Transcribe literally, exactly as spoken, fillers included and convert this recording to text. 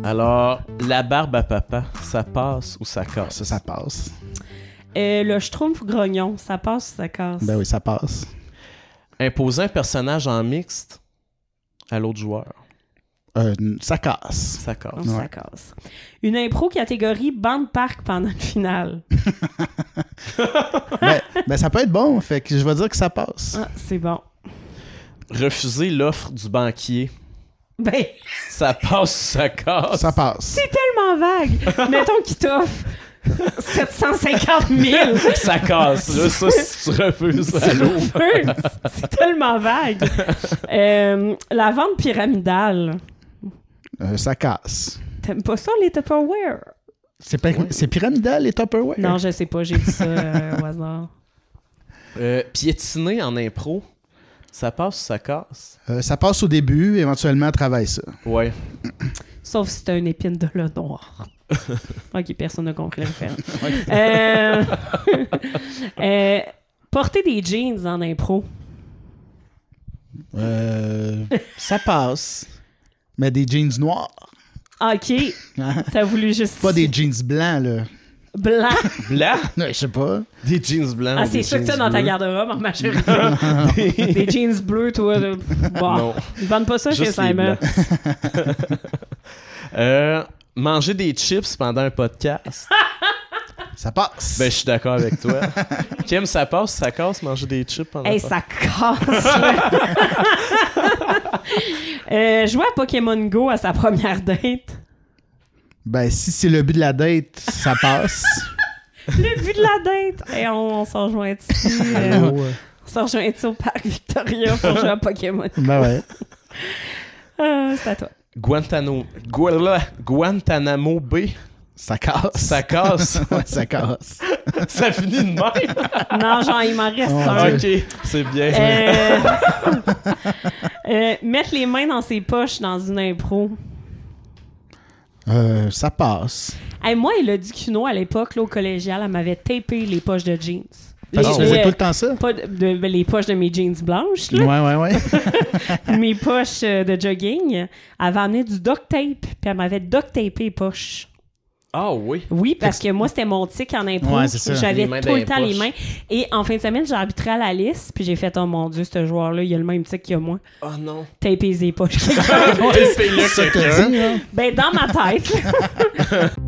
Alors, la barbe à papa, ça passe ou ça casse? Ça, ça passe. Euh, le schtroumpf grognon, ça passe ou ça casse? Ben oui, ça passe. Imposer un personnage en mixte à l'autre joueur, Euh, ça casse. ça casse. Non, Ouais. ça casse. Une impro catégorie bande parc pendant une finale. ben, ben, ça peut être bon, fait que je vais dire que ça passe. Ah, c'est bon. Refuser l'offre du banquier, Ben, ça passe ou ça casse? Ça passe. c'est tellement vague. Mettons qu'il t'offre sept cent cinquante mille. Ça casse. Là, ça, si tu refuses à l'eau. C'est tellement vague. Euh, la vente pyramidale. Euh, ça casse. T'aimes pas ça, les Tupperware? C'est, pas- c'est pyramidal, les Tupperware? Non, je sais pas, j'ai dit ça euh, au hasard. Euh, piétiner en impro, ça passe ou ça casse? Euh, ça passe au début, éventuellement, travaille ça. Ouais. Sauf si t'as une épine de le noir. Ok, personne n'a compris la référence. euh, euh, porter des jeans en impro. Euh, ça passe. Mais des jeans noirs. Ah, ok, t'as voulu juste... Pas des jeans blancs, là. Blanc. Blanc? Ouais, je sais pas. Des jeans blancs. Ah, ou c'est des ça que t'as jeans dans ta bleus? garde-robe en majorité. Des jeans bleus, toi. Là. Bon. Non. Ils vendent pas ça chez Juste les Simon. Euh, manger des chips pendant un podcast. Ça passe. Ben, je suis d'accord avec toi. Kim, ça passe, ça casse, manger des chips pendant Hey, un podcast? ça casse. là. euh, jouer à Pokémon Go à sa première date. Ben, si c'est le but de la date, ça passe. Le but de la date. Hey, on, on s'en rejoint ici. euh, on s'en rejoint ici au parc Victoria pour jouer à Pokémon. Ben ouais. Ah, c'est à toi. Guantanamo... Gua- Guantanamo Bay, Ça casse. ça casse. Ouais, ça casse. Ça finit de même. Non, genre, il m'en reste Oh, un. Ok, c'est bien. Euh, euh, mettre les mains dans ses poches dans une impro. Euh, ça passe. Hey, moi, Elodie Cuno, à l'époque, là, au collégial, elle m'avait tapé les poches de jeans. Parce que Les- tu faisais euh, tout le temps ça? pas de, de- ben, les poches de mes jeans blanches, là. Ouais, ouais, ouais. Mes poches euh, de jogging. Elle avait amené du duct tape, puis elle m'avait duct tapé les poches. Ah oui. Oui, parce que moi, c'était mon tic en impro. Ouais, c'est ça. J'avais Les mains tout dans le les temps les poches. mains. Et en fin de semaine, j'ai arbitré à la liste, puis j'ai fait, oh mon Dieu, ce joueur-là, il a le même tic que moi. Oh non. Taper les poches. C'est là C'est ça que quelqu'un. t'as dit, hein? Ben, dans ma tête.